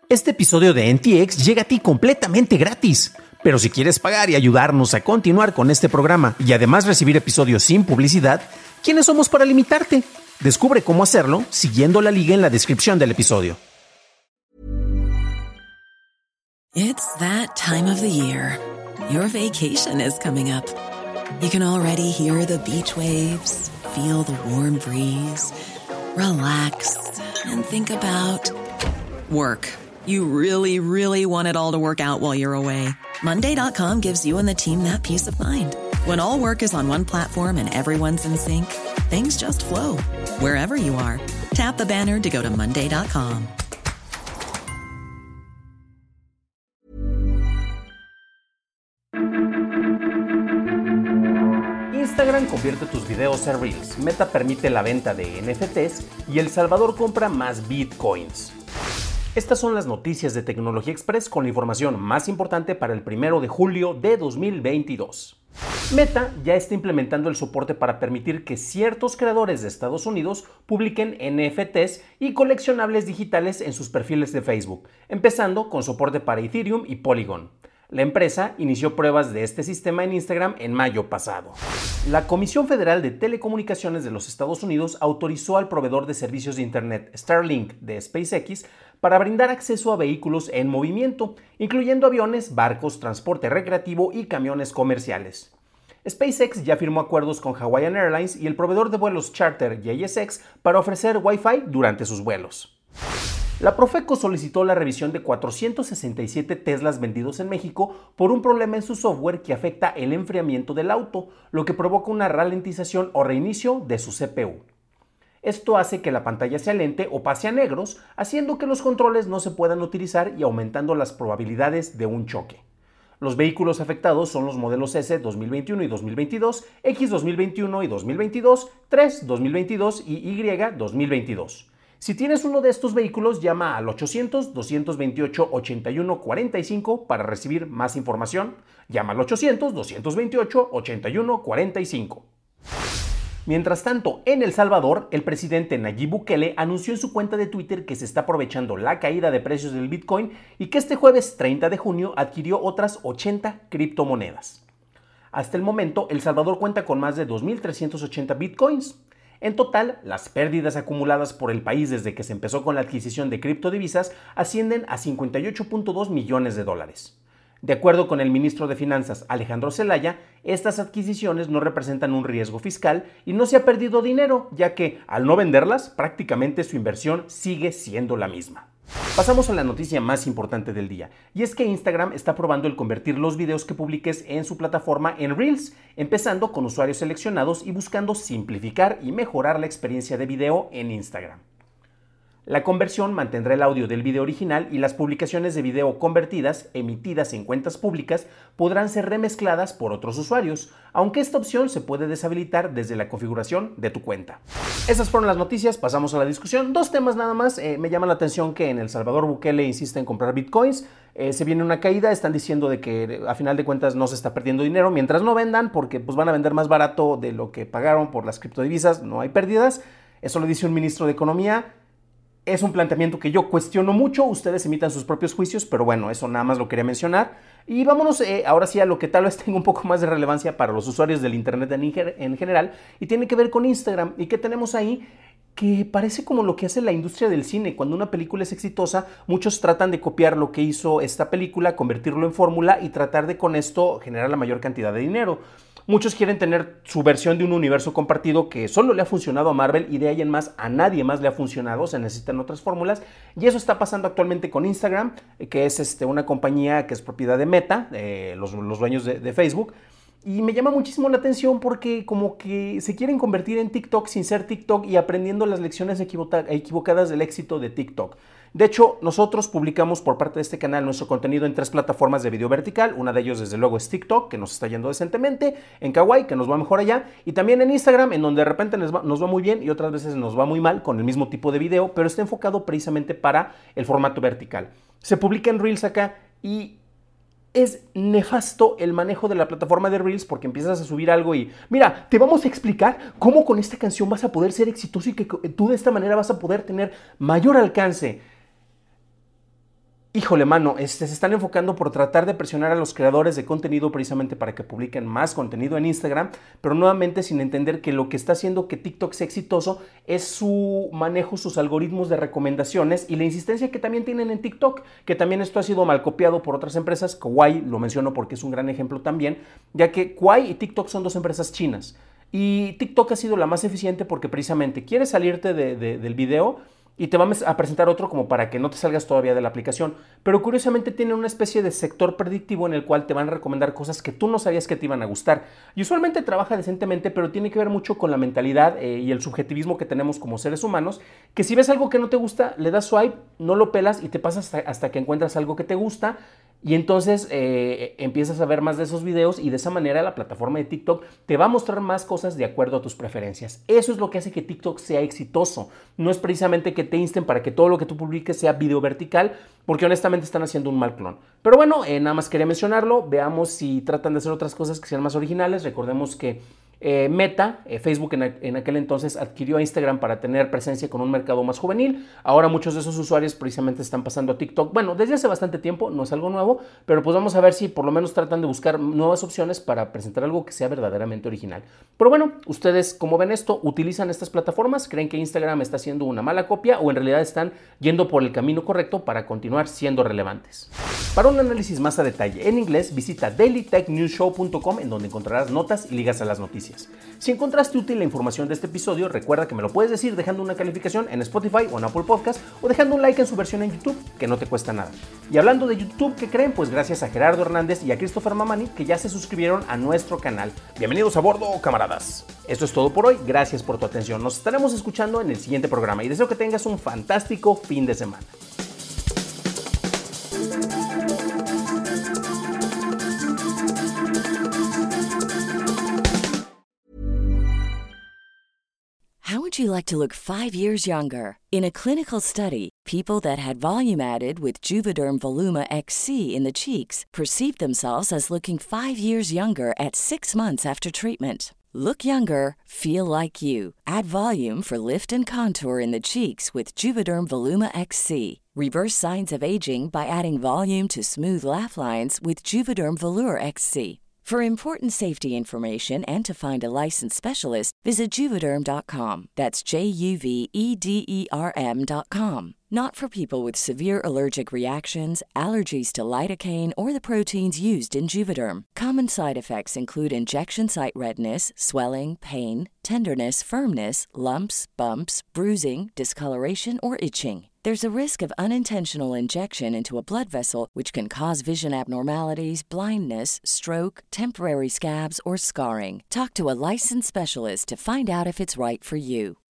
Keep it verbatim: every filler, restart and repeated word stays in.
Este episodio de N T X llega a ti completamente gratis. Pero si quieres pagar y ayudarnos a continuar con este programa y además recibir episodios sin publicidad, ¿quiénes somos para limitarte? Descubre cómo hacerlo siguiendo la liga en la descripción del episodio. It's that time of the year. Your vacation is coming up. You can already hear the beach waves, feel the warm breeze, relax, and think about work. You really, really want it all to work out while you're away. Monday dot com gives you and the team that peace of mind. When all work is on one platform and everyone's in sync, things just flow. Wherever you are, tap the banner to go to Monday dot com. Instagram convierte tus videos en Reels, Meta permite la venta de N F Ts y El Salvador compra más Bitcoins. Estas son las noticias de Tecnología Express con la información más importante para el primero de julio de dos mil veintidós. Meta ya está implementando el soporte para permitir que ciertos creadores de Estados Unidos publiquen N F Ts y coleccionables digitales en sus perfiles de Facebook, empezando con soporte para Ethereum y Polygon. La empresa inició pruebas de este sistema en Instagram en mayo pasado. La Comisión Federal de Telecomunicaciones de los Estados Unidos autorizó al proveedor de servicios de Internet Starlink de SpaceX para brindar acceso a vehículos en movimiento, incluyendo aviones, barcos, transporte recreativo y camiones comerciales. SpaceX ya firmó acuerdos con Hawaiian Airlines y el proveedor de vuelos charter J S X para ofrecer Wi-Fi durante sus vuelos. La Profeco solicitó la revisión de cuatrocientos sesenta y siete Teslas vendidos en México por un problema en su software que afecta el enfriamiento del auto, lo que provoca una ralentización o reinicio de su C P U. Esto hace que la pantalla sea lente o pase a negros, haciendo que los controles no se puedan utilizar y aumentando las probabilidades de un choque. Los vehículos afectados son los modelos S dos mil veintiuno y dos mil veintidós, X dos mil veintiuno y dos mil veintidós, tres dos mil veintidós y Y dos mil veintidós. Si tienes uno de estos vehículos, llama al ochocientos, doscientos veintiocho, ochenta y uno cuarenta y cinco para recibir más información. Llama al ochocientos, doscientos veintiocho, ochenta y uno cuarenta y cinco. Mientras tanto, en El Salvador, el presidente Nayib Bukele anunció en su cuenta de Twitter que se está aprovechando la caída de precios del Bitcoin y que este jueves treinta de junio adquirió otras ochenta criptomonedas. Hasta el momento, El Salvador cuenta con más de dos mil trescientos ochenta Bitcoins. En total, las pérdidas acumuladas por el país desde que se empezó con la adquisición de criptodivisas ascienden a cincuenta y ocho punto dos millones de dólares. De acuerdo con el ministro de Finanzas, Alejandro Zelaya, estas adquisiciones no representan un riesgo fiscal y no se ha perdido dinero, ya que, al no venderlas, prácticamente su inversión sigue siendo la misma. Pasamos a la noticia más importante del día, y es que Instagram está probando el convertir los videos que publiques en su plataforma en Reels, empezando con usuarios seleccionados y buscando simplificar y mejorar la experiencia de video en Instagram. La conversión mantendrá el audio del video original y las publicaciones de video convertidas, emitidas en cuentas públicas, podrán ser remezcladas por otros usuarios, aunque esta opción se puede deshabilitar desde la configuración de tu cuenta. Esas fueron las noticias, pasamos a la discusión. Dos temas nada más. Eh, me llama la atención que en El Salvador Bukele insiste en comprar bitcoins. Eh, se viene una caída, están diciendo de que a final de cuentas no se está perdiendo dinero mientras no vendan, porque pues van a vender más barato de lo que pagaron por las criptodivisas, no hay pérdidas. Eso lo dice un ministro de Economía. Es un planteamiento que yo cuestiono mucho, ustedes emitan sus propios juicios, pero bueno, eso nada más lo quería mencionar. Y vámonos eh, ahora sí a lo que tal vez tenga un poco más de relevancia para los usuarios del Internet en, en general, y tiene que ver con Instagram. ¿Y qué tenemos ahí? Que parece como lo que hace la industria del cine. Cuando una película es exitosa, muchos tratan de copiar lo que hizo esta película, convertirlo en fórmula y tratar de con esto generar la mayor cantidad de dinero. Muchos quieren tener su versión de un universo compartido que solo le ha funcionado a Marvel y de ahí en más a nadie más le ha funcionado, se necesitan otras fórmulas y eso está pasando actualmente con Instagram, que es este, una compañía que es propiedad de Meta, eh, los, los dueños de, de Facebook. Y me llama muchísimo la atención porque como que se quieren convertir en TikTok sin ser TikTok y aprendiendo las lecciones equivocadas del éxito de TikTok. De hecho, nosotros publicamos por parte de este canal nuestro contenido en tres plataformas de video vertical. Una de ellos, desde luego, es TikTok, que nos está yendo decentemente, en Kawaii, que nos va mejor allá, y también en Instagram, en donde de repente nos va, nos va muy bien y otras veces nos va muy mal con el mismo tipo de video, pero está enfocado precisamente para el formato vertical. Se publica en Reels acá y es nefasto el manejo de la plataforma de Reels porque empiezas a subir algo y mira, te vamos a explicar cómo con esta canción vas a poder ser exitoso y que tú de esta manera vas a poder tener mayor alcance. Híjole, mano, este, se están enfocando por tratar de presionar a los creadores de contenido precisamente para que publiquen más contenido en Instagram, pero nuevamente sin entender que lo que está haciendo que TikTok sea exitoso es su manejo, sus algoritmos de recomendaciones y la insistencia que también tienen en TikTok, que también esto ha sido mal copiado por otras empresas. Kwai lo menciono porque es un gran ejemplo también, ya que Kwai y TikTok son dos empresas chinas y TikTok ha sido la más eficiente porque precisamente quieres salirte de, de, del video y te vamos a presentar otro como para que no te salgas todavía de la aplicación. Pero curiosamente tiene una especie de sector predictivo en el cual te van a recomendar cosas que tú no sabías que te iban a gustar. Y usualmente trabaja decentemente, pero tiene que ver mucho con la mentalidad eh, y el subjetivismo que tenemos como seres humanos, que si ves algo que no te gusta, le das swipe, no lo pelas y te pasas hasta, hasta que encuentras algo que te gusta. Y entonces eh, empiezas a ver más de esos videos y de esa manera la plataforma de TikTok te va a mostrar más cosas de acuerdo a tus preferencias. Eso es lo que hace que TikTok sea exitoso. No es precisamente que te insten para que todo lo que tú publiques sea video vertical, porque honestamente están haciendo un mal clon. Pero bueno, eh, nada más quería mencionarlo. Veamos si tratan de hacer otras cosas que sean más originales. Recordemos que Eh, Meta, eh, Facebook en, en aquel entonces adquirió a Instagram para tener presencia con un mercado más juvenil. Ahora muchos de esos usuarios precisamente están pasando a TikTok. Bueno, desde hace bastante tiempo, no es algo nuevo, pero pues vamos a ver si por lo menos tratan de buscar nuevas opciones para presentar algo que sea verdaderamente original. Pero bueno, ustedes, ¿cómo ven esto? ¿Utilizan estas plataformas? ¿Creen que Instagram está haciendo una mala copia o en realidad están yendo por el camino correcto para continuar siendo relevantes? Para un análisis más a detalle en inglés, visita daily tech news show punto com, en donde encontrarás notas y ligas a las noticias. Si encontraste útil la información de este episodio, recuerda que me lo puedes decir dejando una calificación en Spotify o en Apple Podcast o dejando un like en su versión en YouTube, que no te cuesta nada. Y hablando de YouTube, ¿qué creen? Pues gracias a Gerardo Hernández y a Christopher Mamani, que ya se suscribieron a nuestro canal. Bienvenidos a bordo, camaradas. Esto es todo por hoy, gracias por tu atención. Nos estaremos escuchando en el siguiente programa y deseo que tengas un fantástico fin de semana. How would you like to look five years younger? In a clinical study, people that had volume added with Juvederm Voluma X C in the cheeks perceived themselves as looking five years younger at six months after treatment. Look younger, feel like you. Add volume for lift and contour in the cheeks with Juvederm Voluma X C. Reverse signs of aging by adding volume to smooth laugh lines with Juvederm Volure X C. For important safety information and to find a licensed specialist, visit Juvederm dot com. That's J U V E D E R M dot com. Not for people with severe allergic reactions, allergies to lidocaine, or the proteins used in Juvederm. Common side effects include injection site redness, swelling, pain, tenderness, firmness, lumps, bumps, bruising, discoloration, or itching. There's a risk of unintentional injection into a blood vessel, which can cause vision abnormalities, blindness, stroke, temporary scabs, or scarring. Talk to a licensed specialist to find out if it's right for you.